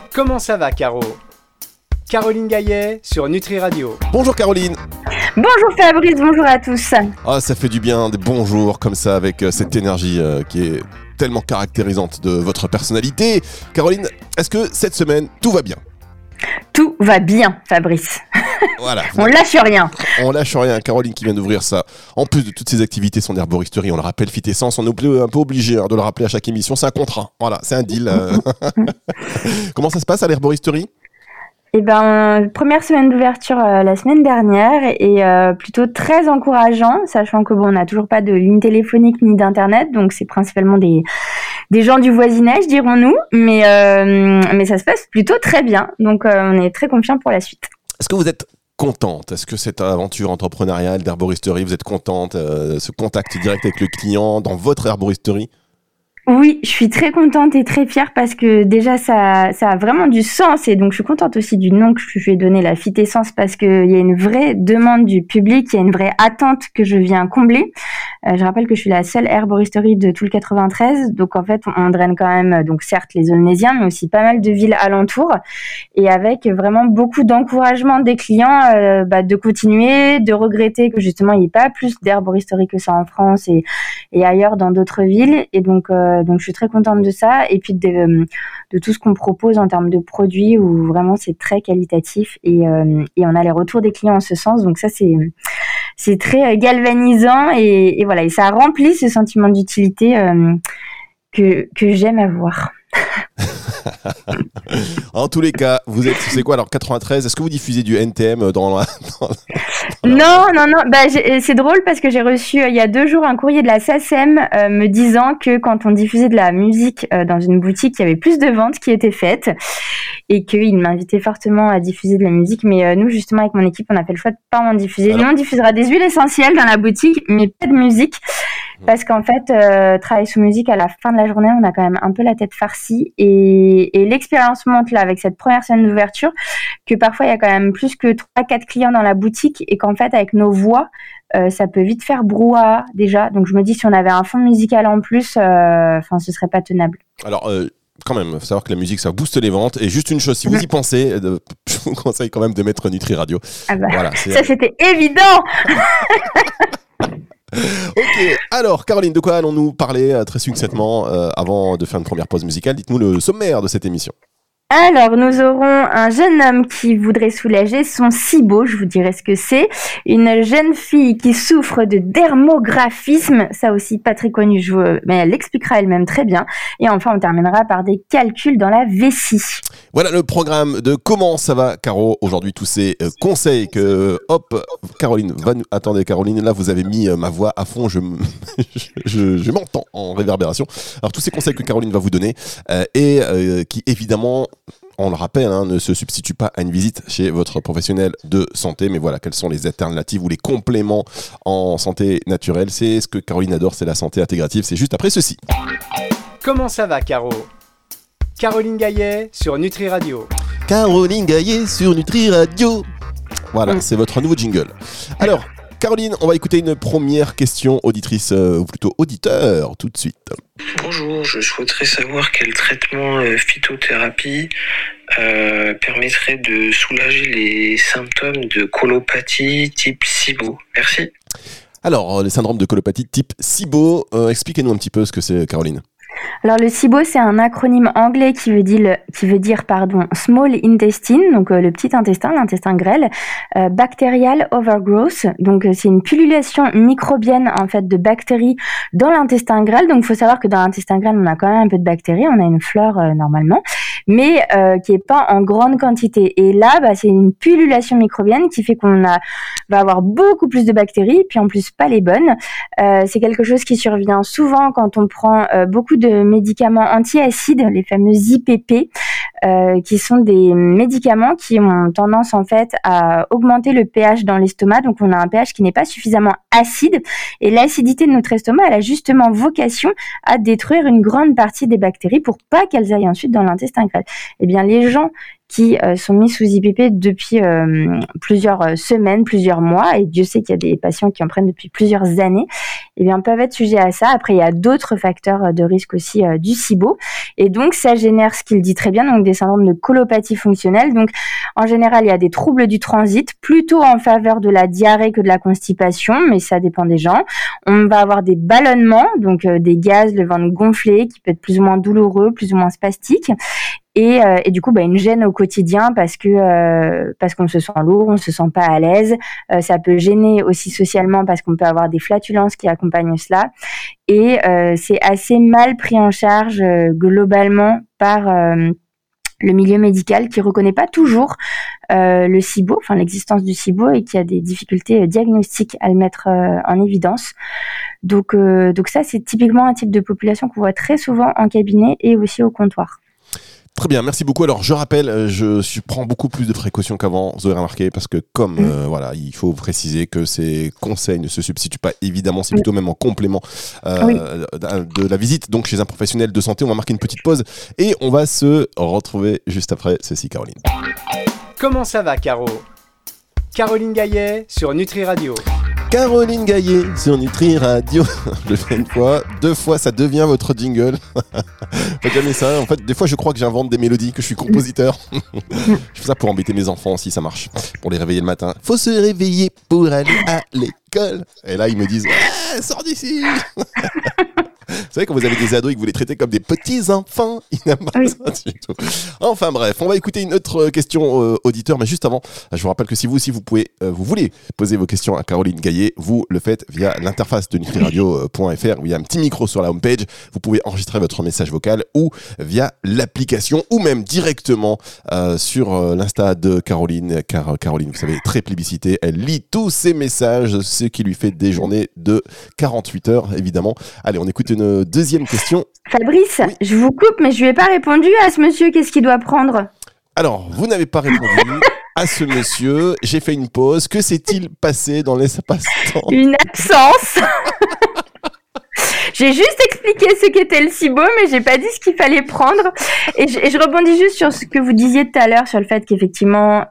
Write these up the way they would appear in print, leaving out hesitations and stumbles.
Comment ça va, Caro ? Caroline Gaillet sur Nutri Radio. Bonjour Caroline. Bonjour Fabrice, bonjour à tous. Ah, ça fait du bien, des bonjours comme ça avec cette énergie qui est tellement caractérisante de votre personnalité. Caroline, est-ce que cette semaine, tout va bien ? Tout va bien, Fabrice. Voilà. On lâche rien. On lâche rien. Caroline qui vient d'ouvrir ça. En plus de toutes ses activités, son herboristerie, on le rappelle, Fit Essence, on est un peu obligé de le rappeler à chaque émission. C'est un contrat. Voilà, c'est un deal. Comment ça se passe à l'herboristerie ? Eh ben, première semaine d'ouverture la semaine dernière et plutôt très encourageant, sachant que on n'a toujours pas de ligne téléphonique ni d'internet, donc c'est principalement des gens du voisinage, dirons-nous, mais ça se passe plutôt très bien, donc on est très confiants pour la suite. Est-ce que vous êtes contente ? Est-ce que cette aventure entrepreneuriale d'herboristerie, vous êtes contente ? Ce contact direct avec le client dans votre herboristerie ? Oui, je suis très contente et très fière parce que déjà ça a vraiment du sens et donc je suis contente aussi du nom que je lui ai donné, la Fit Essence, parce qu'il y a une vraie demande du public, il y a une vraie attente que je viens combler. Je rappelle que je suis la seule herboristerie de tout le 93, donc en fait on draine quand même, donc certes les Aulnésiens, mais aussi pas mal de villes alentours, et avec vraiment beaucoup d'encouragement des clients de continuer, de regretter que justement il n'y ait pas plus d'herboristerie que ça en France et ailleurs dans d'autres villes, et donc je suis très contente de ça, et puis de tout ce qu'on propose en termes de produits où vraiment c'est très qualitatif et on a les retours des clients en ce sens, donc ça c'est très galvanisant et voilà, et ça remplit ce sentiment d'utilité que j'aime avoir. En tous les cas, vous êtes, c'est quoi alors, 93, est-ce que vous diffusez du NTM dans la... Non, c'est drôle parce que j'ai reçu il y a 2 jours un courrier de la SACEM me disant que quand on diffusait de la musique dans une boutique, il y avait plus de ventes qui étaient faites et qu'ils m'invitaient fortement à diffuser de la musique, mais nous justement avec mon équipe on a fait le choix de pas en diffuser. Nous on diffusera des huiles essentielles dans la boutique, mais pas de musique. Parce qu'en fait, travailler sous musique à la fin de la journée, on a quand même un peu la tête farcie et l'expérience montre là avec cette première semaine d'ouverture que parfois il y a quand même plus que 3-4 clients dans la boutique et qu'en fait avec nos voix, ça peut vite faire brouhaha déjà. Donc je me dis si on avait un fond musical en plus, ce serait pas tenable. Alors quand même, il faut savoir que la musique, ça booste les ventes. Et juste une chose, si vous y pensez, je vous conseille quand même de mettre Nutri Radio. Ah bah, voilà, ça c'était évident. Ok, alors Caroline, de quoi allons-nous parler très succinctement avant de faire une première pause musicale ? Dites-nous le sommaire de cette émission. Alors, nous aurons un jeune homme qui voudrait soulager son SIBO, je vous dirai ce que c'est. Une jeune fille qui souffre de dermographisme, ça aussi pas très connu, mais elle l'expliquera elle-même très bien. Et enfin, on terminera par des calculs dans la vessie. Voilà le programme de Comment ça va, Caro ? Aujourd'hui, tous ces conseils que, Caroline va nous... Attendez, Caroline, là, vous avez mis ma voix à fond, je m'entends en réverbération. Alors, tous ces conseils que Caroline va vous donner qui, évidemment... On le rappelle, ne se substitue pas à une visite chez votre professionnel de santé. Mais voilà, quelles sont les alternatives ou les compléments en santé naturelle ? C'est ce que Caroline adore, c'est la santé intégrative. C'est juste après ceci. Comment ça va, Caro ? Caroline Gaillet sur Nutri Radio. Caroline Gaillet sur Nutri Radio. Voilà, c'est votre nouveau jingle. Alors, Caroline, on va écouter une première question auditrice, ou plutôt auditeur, tout de suite. Bonjour, je souhaiterais savoir quel traitement phytothérapie permettrait de soulager les symptômes de colopathie type SIBO. Merci. Alors, les syndromes de colopathie type SIBO, expliquez-nous un petit peu ce que c'est, Caroline. Alors le SIBO, c'est un acronyme anglais qui veut dire small intestine, donc le petit intestin, l'intestin grêle, bacterial overgrowth, donc c'est une pullulation microbienne en fait de bactéries dans l'intestin grêle. Donc il faut savoir que dans l'intestin grêle, on a quand même un peu de bactéries, on a une flore normalement, mais qui est pas en grande quantité. Et là, c'est une pullulation microbienne qui fait va avoir beaucoup plus de bactéries, puis en plus pas les bonnes. C'est quelque chose qui survient souvent quand on prend beaucoup de médicaments antiacides, les fameux IPP, qui sont des médicaments qui ont tendance en fait à augmenter le pH dans l'estomac. Donc on a un pH qui n'est pas suffisamment acide et l'acidité de notre estomac, elle a justement vocation à détruire une grande partie des bactéries pour pas qu'elles aillent ensuite dans l'intestin grêle. Eh bien les gens qui sont mis sous IPP depuis plusieurs semaines, plusieurs mois, et Dieu sait qu'il y a des patients qui en prennent depuis plusieurs années, eh bien, peuvent être sujets à ça. Après, il y a d'autres facteurs de risque aussi du SIBO. Et donc, ça génère ce qu'il dit très bien, donc des syndromes de colopathie fonctionnelle. Donc, en général, il y a des troubles du transit, plutôt en faveur de la diarrhée que de la constipation, mais ça dépend des gens. On va avoir des ballonnements, donc des gaz, le ventre gonflé, qui peut être plus ou moins douloureux, plus ou moins spastique. Et du coup, une gêne au quotidien parce qu'on se sent lourd, on se sent pas à l'aise. Ça peut gêner aussi socialement parce qu'on peut avoir des flatulences qui accompagnent cela. Et c'est assez mal pris en charge globalement par le milieu médical qui reconnaît pas toujours le SIBO, enfin l'existence du SIBO, et qui a des difficultés diagnostiques à le mettre en évidence. Donc ça, c'est typiquement un type de population qu'on voit très souvent en cabinet et aussi au comptoir. Très bien, merci beaucoup. Alors, je rappelle, je prends beaucoup plus de précautions qu'avant, vous aurez remarqué, parce que comme, il faut préciser que ces conseils ne se substituent pas, évidemment, c'est plutôt même en complément de la visite, donc chez un professionnel de santé. On va marquer une petite pause et on va se retrouver juste après ceci, Caroline. Comment ça va, Caro ? Caroline Gaillet sur Nutri Radio. Caroline Gaillet sur Nutri Radio. Je le fais une fois, 2 fois, ça devient votre jingle. Faites jamais ça. En fait, des fois, je crois que j'invente des mélodies, que je suis compositeur. Je fais ça pour embêter mes enfants, si ça marche. Pour les réveiller le matin. Faut se réveiller pour aller à l'école. Et là, ils me disent « Sors d'ici !» Vous savez, quand vous avez des ados et que vous les traitez comme des petits enfants, ils n'aiment pas ça du tout. Enfin bref, on va écouter une autre question auditeur, mais juste avant, je vous rappelle que si vous aussi vous voulez poser vos questions à Caroline Gaillet, vous le faites via l'interface de nutriradio.fr où il y a un petit micro sur la homepage. Vous pouvez enregistrer votre message vocal ou via l'application ou même directement sur l'Insta de Caroline, car Caroline, vous savez, très plébiscitée, elle lit tous ses messages, ce qui lui fait des journées de 48 heures évidemment. Allez, on écoute une deuxième question. Fabrice, oui. Je vous coupe, mais je lui ai pas répondu à ce monsieur. Qu'est-ce qu'il doit prendre ? Alors, vous n'avez pas répondu à ce monsieur. J'ai fait une pause. Que s'est-il passé dans l'espace-temps ? Une absence. J'ai juste expliqué ce qu'était le SIBO, mais j'ai pas dit ce qu'il fallait prendre. Et je rebondis juste sur ce que vous disiez tout à l'heure, sur le fait qu'effectivement,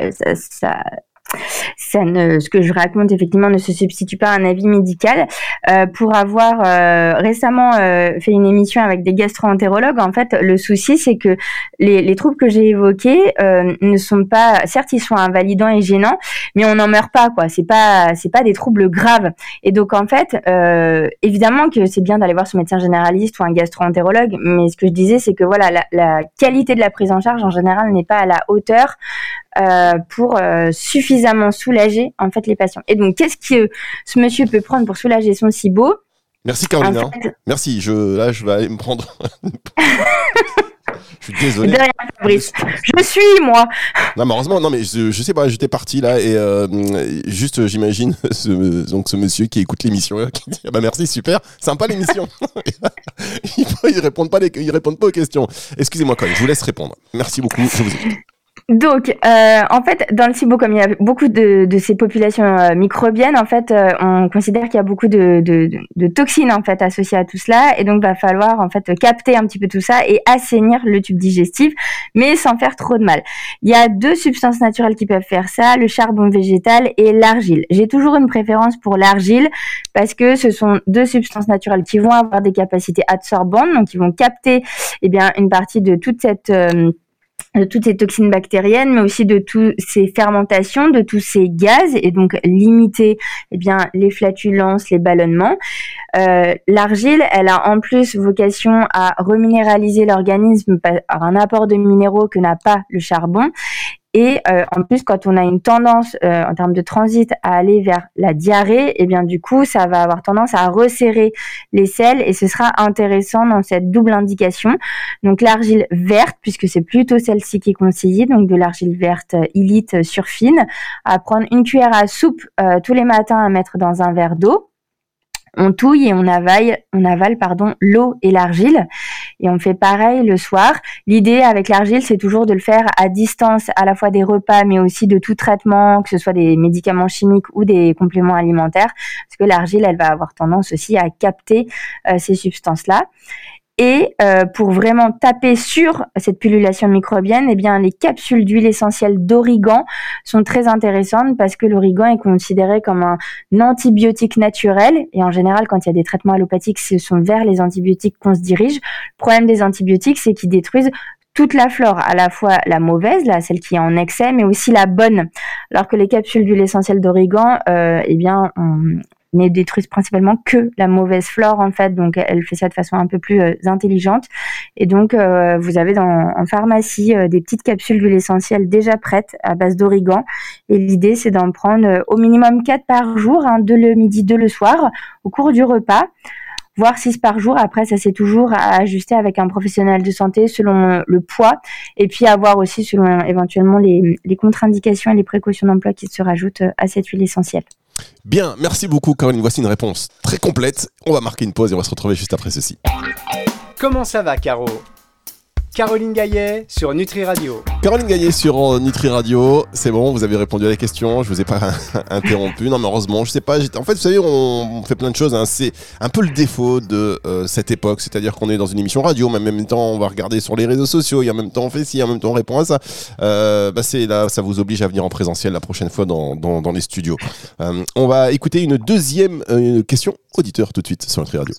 ce que je raconte effectivement ne se substitue pas à un avis médical. Pour avoir récemment fait une émission avec des gastro-entérologues, en fait, le souci c'est que les troubles que j'ai évoqués ne sont pas, certes ils sont invalidants et gênants, mais on n'en meurt pas, quoi. C'est pas des troubles graves. Et donc en fait, évidemment que c'est bien d'aller voir son médecin généraliste ou un gastro-entérologue, mais ce que je disais c'est que voilà, la qualité de la prise en charge en général n'est pas à la hauteur pour suffisamment soulager en fait les patients. Et donc qu'est-ce que ce monsieur peut prendre pour soulager son SIBO ? Merci Caroline. En fait... Merci. Je vais aller me prendre. Je suis désolé. De rien, Fabrice. Je suis moi. Non, mais heureusement, non, mais je sais pas, j'étais parti là et juste, j'imagine ce monsieur qui écoute l'émission qui dit merci, super, sympa l'émission. Ils répondent pas aux questions. Excusez-moi, Colin, je vous laisse répondre. Merci beaucoup. Je vous écoute. Donc, en fait, dans le SIBO, comme il y a beaucoup de ces populations microbiennes, en fait, on considère qu'il y a beaucoup de toxines en fait associées à tout cela, et donc va falloir en fait capter un petit peu tout ça et assainir le tube digestif, mais sans faire trop de mal. Il y a 2 substances naturelles qui peuvent faire ça, le charbon végétal et l'argile. J'ai toujours une préférence pour l'argile parce que ce sont 2 substances naturelles qui vont avoir des capacités absorbantes, donc qui vont capter une partie de toute cette de toutes ces toxines bactériennes, mais aussi de toutes ces fermentations, de tous ces gaz, et donc limiter les flatulences, les ballonnements. L'argile, elle a en plus vocation à reminéraliser l'organisme par un apport de minéraux que n'a pas le charbon. Et en plus, quand on a une tendance en termes de transit à aller vers la diarrhée, du coup, ça va avoir tendance à resserrer les selles et ce sera intéressant dans cette double indication. Donc l'argile verte, puisque c'est plutôt celle-ci qui est conseillée, donc de l'argile verte illite surfine, à prendre 1 cuillère à soupe tous les matins à mettre dans un verre d'eau. On touille et on avale l'eau et l'argile et on fait pareil le soir. L'idée avec l'argile, c'est toujours de le faire à distance à la fois des repas mais aussi de tout traitement, que ce soit des médicaments chimiques ou des compléments alimentaires, parce que l'argile, elle va avoir tendance aussi à capter ces substances-là. Et pour vraiment taper sur cette pullulation microbienne, eh bien les capsules d'huile essentielle d'origan sont très intéressantes parce que l'origan est considéré comme un antibiotique naturel. Et en général, quand il y a des traitements allopathiques, ce sont vers les antibiotiques qu'on se dirige. Le problème des antibiotiques, c'est qu'ils détruisent toute la flore, à la fois la mauvaise, là, celle qui est en excès, mais aussi la bonne. Alors que les capsules d'huile essentielle d'origan, eh bien, ne détruisent principalement que la mauvaise flore, en fait. Donc, elle fait ça de façon un peu plus intelligente. Et donc, vous avez en pharmacie des petites capsules d'huile essentielle déjà prêtes à base d'origan. Et l'idée, c'est d'en prendre au minimum 4 par jour, 2 le midi, 2 le soir, au cours du repas. Voire 6 par jour. Après, ça c'est toujours à ajuster avec un professionnel de santé selon le poids et puis à voir aussi selon éventuellement les contre-indications et les précautions d'emploi qui se rajoutent à cette huile essentielle. Bien, merci beaucoup Caroline. Voici une réponse très complète. On va marquer une pause et on va se retrouver juste après ceci. Comment ça va, Caro ? Caroline Gaillet sur Nutri Radio. Caroline Gaillet sur Nutri Radio, c'est bon, vous avez répondu à la question, je vous ai pas interrompu, non mais heureusement, je sais pas, en fait vous savez on fait plein de choses, c'est un peu le défaut de cette époque, c'est-à-dire qu'on est dans une émission radio, mais en même temps on va regarder sur les réseaux sociaux, et en même temps on fait ci, en même temps on répond à ça, c'est là, ça vous oblige à venir en présentiel la prochaine fois dans les studios. On va écouter une deuxième question auditeur tout de suite sur Nutri Radio.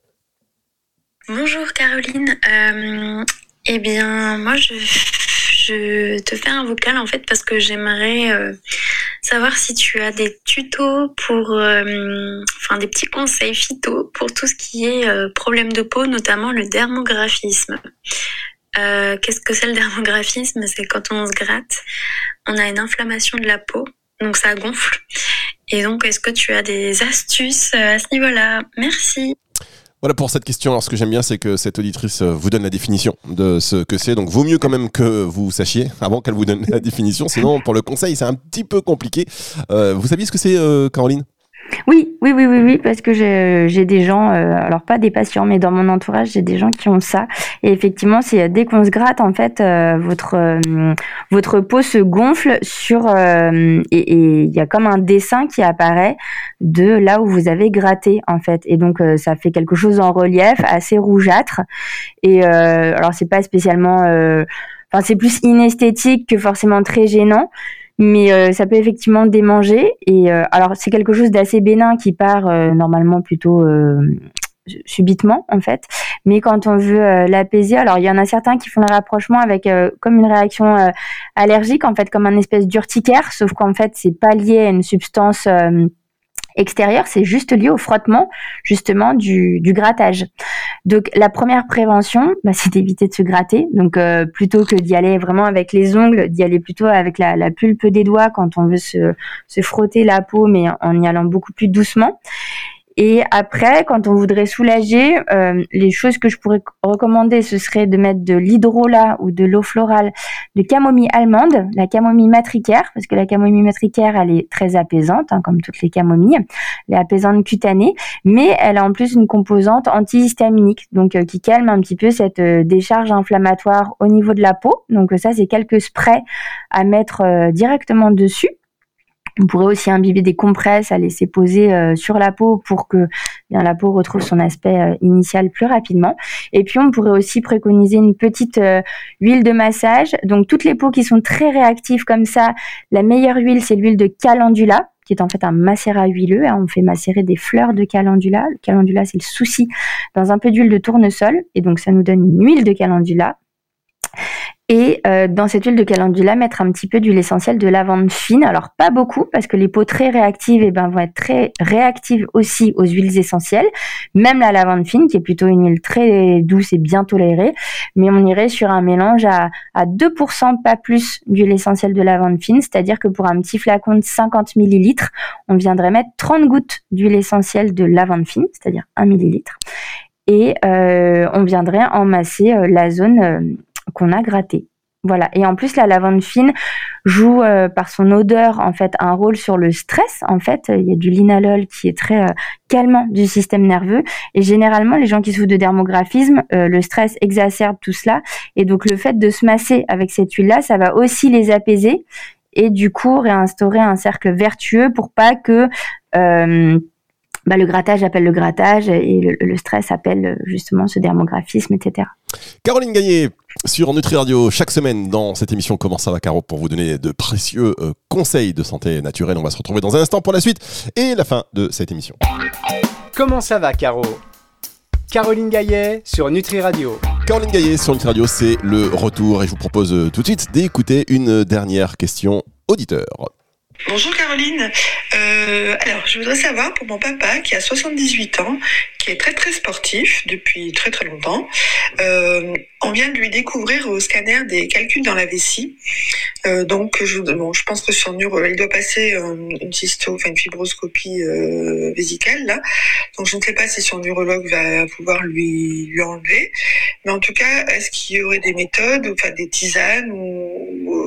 Bonjour Caroline, eh bien, moi, je te fais un vocal, en fait, parce que j'aimerais savoir si tu as des tutos pour... des petits conseils phyto pour tout ce qui est problème de peau, notamment le dermographisme. Qu'est-ce que c'est le dermographisme ? C'est quand on se gratte, on a une inflammation de la peau, donc ça gonfle. Et donc, est-ce que tu as des astuces à ce niveau-là ? Merci. Voilà pour cette question. Alors, ce que j'aime bien, c'est que cette auditrice vous donne la définition de ce que c'est. Donc, vaut mieux quand même que vous sachiez avant qu'elle vous donne la définition. Sinon, pour le conseil, c'est un petit peu compliqué. Vous saviez ce que c'est, Caroline ? Oui, parce que j'ai des gens, alors pas des patients, mais dans mon entourage, j'ai des gens qui ont ça. Et effectivement, c'est dès qu'on se gratte, en fait, votre peau se gonfle et il y a comme un dessin qui apparaît de là où vous avez gratté, en fait. Et donc, ça fait quelque chose en relief, assez rougeâtre. Et alors, c'est pas spécialement... c'est plus inesthétique que forcément très gênant. Mais ça peut effectivement démanger et alors c'est quelque chose d'assez bénin qui part normalement plutôt subitement en fait, mais quand on veut l'apaiser, alors il y en a certains qui font le rapprochement avec comme une réaction allergique en fait, comme un espèce d'urticaire, sauf qu'en fait c'est pas lié à une substance extérieure, c'est juste lié au frottement justement du grattage. Donc la première prévention, c'est d'éviter de se gratter. Donc plutôt que d'y aller vraiment avec les ongles, d'y aller plutôt avec la pulpe des doigts quand on veut se frotter la peau, mais en y allant beaucoup plus doucement. Et après, quand on voudrait soulager, les choses que je pourrais recommander, ce serait de mettre de l'hydrolat ou de l'eau florale de camomille allemande, la camomille matricaire, parce que la camomille matricaire, elle est très apaisante, comme toutes les camomilles, elle est apaisante cutanée, mais elle a en plus une composante antihistaminique, donc qui calme un petit peu cette décharge inflammatoire au niveau de la peau. Donc ça, c'est quelques sprays à mettre directement dessus. On pourrait aussi imbiber des compresses à laisser poser sur la peau pour que la peau retrouve son aspect initial plus rapidement. Et puis, on pourrait aussi préconiser une petite huile de massage. Donc, toutes les peaux qui sont très réactives comme ça, la meilleure huile, c'est l'huile de calendula, qui est en fait un macérat huileux. On fait macérer des fleurs de calendula. Le calendula, c'est le souci, dans un peu d'huile de tournesol. Et donc, ça nous donne une huile de calendula. Et dans cette huile de calendula, mettre un petit peu d'huile essentielle de lavande fine. Alors pas beaucoup, parce que les peaux très réactives vont être très réactives aussi aux huiles essentielles. Même la lavande fine, qui est plutôt une huile très douce et bien tolérée. Mais on irait sur un mélange à 2%, pas plus, d'huile essentielle de lavande fine. C'est-à-dire que pour un petit flacon de 50 ml, on viendrait mettre 30 gouttes d'huile essentielle de lavande fine, c'est-à-dire 1 millilitre. Et on viendrait emmasser la zone qu'on a gratté. Voilà. Et en plus, la lavande fine joue par son odeur en fait un rôle sur le stress. En fait, il y a du linalol qui est très calmant du système nerveux. Et généralement, les gens qui souffrent de dermographisme, le stress exacerbe tout cela. Et donc, le fait de se masser avec cette huile-là, ça va aussi les apaiser et du coup réinstaurer un cercle vertueux pour pas que le grattage appelle le grattage et le stress appelle justement ce dermographisme, etc. Caroline Gaillet sur Nutri Radio chaque semaine dans cette émission Comment ça va Caro pour vous donner de précieux conseils de santé naturelle. On va se retrouver dans un instant pour la suite et la fin de cette émission. Comment ça va Caro ? Caroline Gaillet sur Nutri Radio. Caroline Gaillet sur Nutri Radio, c'est le retour et je vous propose tout de suite d'écouter une dernière question auditeur. Bonjour Caroline, alors je voudrais savoir pour mon papa qui a 78 ans, qui est très très sportif depuis très très longtemps, on vient de lui découvrir au scanner des calculs dans la vessie, donc je pense que il doit passer une fibroscopie vésicale là, donc je ne sais pas si son urologue va pouvoir lui enlever, mais en tout cas est-ce qu'il y aurait des méthodes, enfin des tisanes ou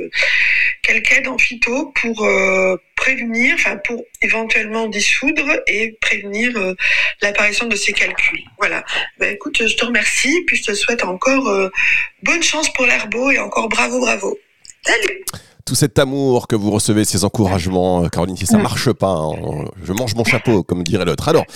quelque aide en phyto pour prévenir, pour éventuellement dissoudre et prévenir l'apparition de ces calculs. Voilà. Écoute, je te remercie, puis je te souhaite encore bonne chance pour l'herbo et encore bravo. Salut! Tout cet amour que vous recevez, ces encouragements, Caroline, si ça marche pas, je mange mon chapeau, comme dirait l'autre. Alors,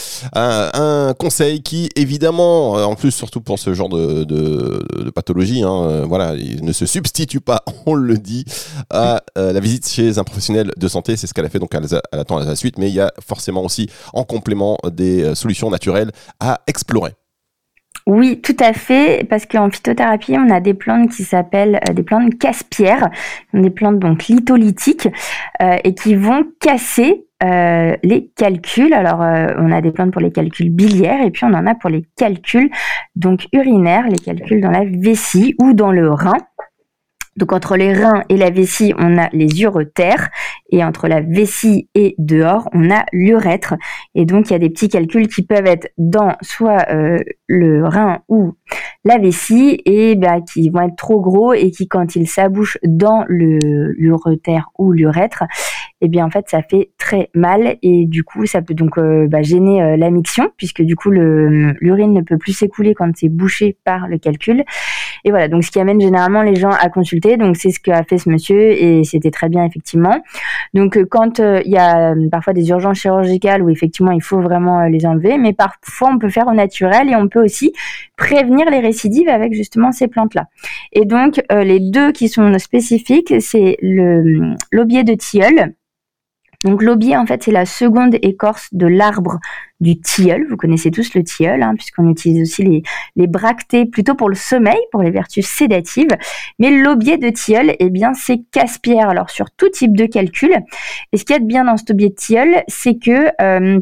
un conseil qui, évidemment, en plus, surtout pour ce genre de pathologie, voilà, il ne se substitue pas, on le dit, à la visite chez un professionnel de santé. C'est ce qu'elle a fait, donc elle attend la suite, mais il y a forcément aussi, en complément, des solutions naturelles à explorer. Oui, tout à fait, parce qu'en phytothérapie, on a des plantes qui s'appellent des plantes casse-pierres, des plantes donc litholytiques et qui vont casser les calculs. Alors, on a des plantes pour les calculs biliaires et puis on en a pour les calculs donc urinaires, les calculs dans la vessie ou dans le rein. Donc entre les reins et la vessie, on a les uretères et entre la vessie et dehors, on a l'urètre. Et donc il y a des petits calculs qui peuvent être dans soit le rein ou la vessie et qui vont être trop gros et qui quand ils s'abouchent dans l'uretère ou l'urètre, en fait ça fait très mal et du coup ça peut donc gêner la miction puisque du coup l'urine ne peut plus s'écouler quand c'est bouché par le calcul. Et voilà, donc ce qui amène généralement les gens à consulter, donc c'est ce qu'a fait ce monsieur et c'était très bien effectivement. Donc quand il y a parfois des urgences chirurgicales où effectivement il faut vraiment les enlever, mais parfois on peut faire au naturel et on peut aussi prévenir les récidives avec justement ces plantes-là. Et donc les deux qui sont spécifiques, c'est l'aubier de tilleul. Donc l'aubier, en fait, c'est la seconde écorce de l'arbre du tilleul. Vous connaissez tous le tilleul, puisqu'on utilise aussi les bractées plutôt pour le sommeil, pour les vertus sédatives. Mais l'aubier de tilleul, c'est casse-pierre, alors sur tout type de calcul. Et ce qu'il y a de bien dans cet aubier de tilleul, c'est que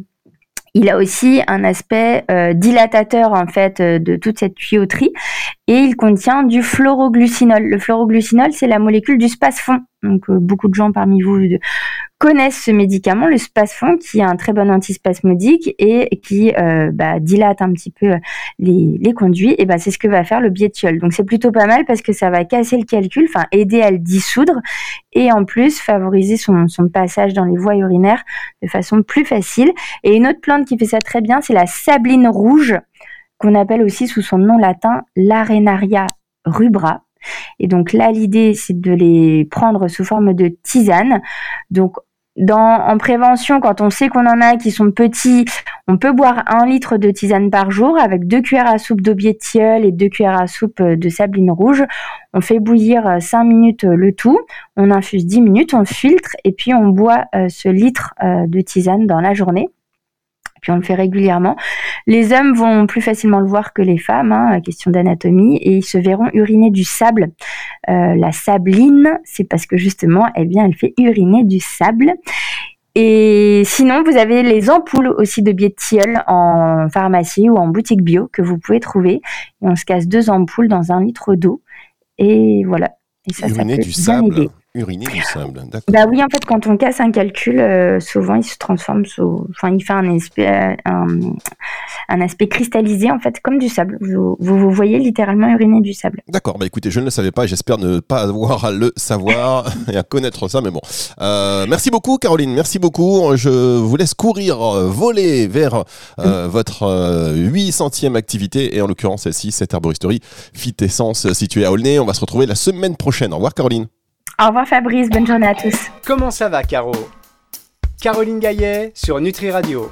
il a aussi un aspect dilatateur en fait de toute cette tuyauterie et il contient du fluoroglucinol. Le fluoroglucinol, c'est la molécule du spasfon. Donc beaucoup de gens parmi vous connaissent ce médicament, le spasfon, qui est un très bon antispasmodique et qui dilate un petit peu les conduits. Et c'est ce que va faire le l'aubier de tilleul. Donc c'est plutôt pas mal parce que ça va casser le calcul, aider à le dissoudre et en plus favoriser son passage dans les voies urinaires de façon plus facile. Et une autre plante qui fait ça très bien, c'est la sabline rouge, qu'on appelle aussi sous son nom latin l'Arenaria rubra. Et donc là, l'idée, c'est de les prendre sous forme de tisane. Donc, en prévention, quand on sait qu'on en a qui sont petits, on peut boire 1 litre de tisane par jour avec 2 cuillères à soupe d'aubier de tilleul et 2 cuillères à soupe de sabline rouge. On fait bouillir 5 minutes le tout, on infuse 10 minutes, on filtre et puis on boit ce litre de tisane dans la journée. Puis on le fait régulièrement. Les hommes vont plus facilement le voir que les femmes, question d'anatomie, et ils se verront uriner du sable. La sabline, c'est parce que justement, elle fait uriner du sable. Et sinon, vous avez les ampoules aussi d'aubier de tilleul en pharmacie ou en boutique bio que vous pouvez trouver. Et on se casse 2 ampoules dans 1 litre d'eau. Et voilà. Et ça peut du bien sable. aider. Uriner du sable, d'accord. Oui, en fait, quand on casse un calcul, souvent, il se transforme il fait un aspect cristallisé, en fait, comme du sable. Vous voyez littéralement uriner du sable. D'accord, écoutez, je ne le savais pas et j'espère ne pas avoir à le savoir et à connaître ça, mais bon. Merci beaucoup, Caroline, merci beaucoup. Je vous laisse courir, voler vers votre 800e activité et en l'occurrence, celle-ci, cette herboristerie Phytessence située à Aulnay. On va se retrouver la semaine prochaine. Au revoir, Caroline. Au revoir Fabrice, bonne journée à tous. Comment ça va Caro ? Caroline Gaillet sur Nutri Radio.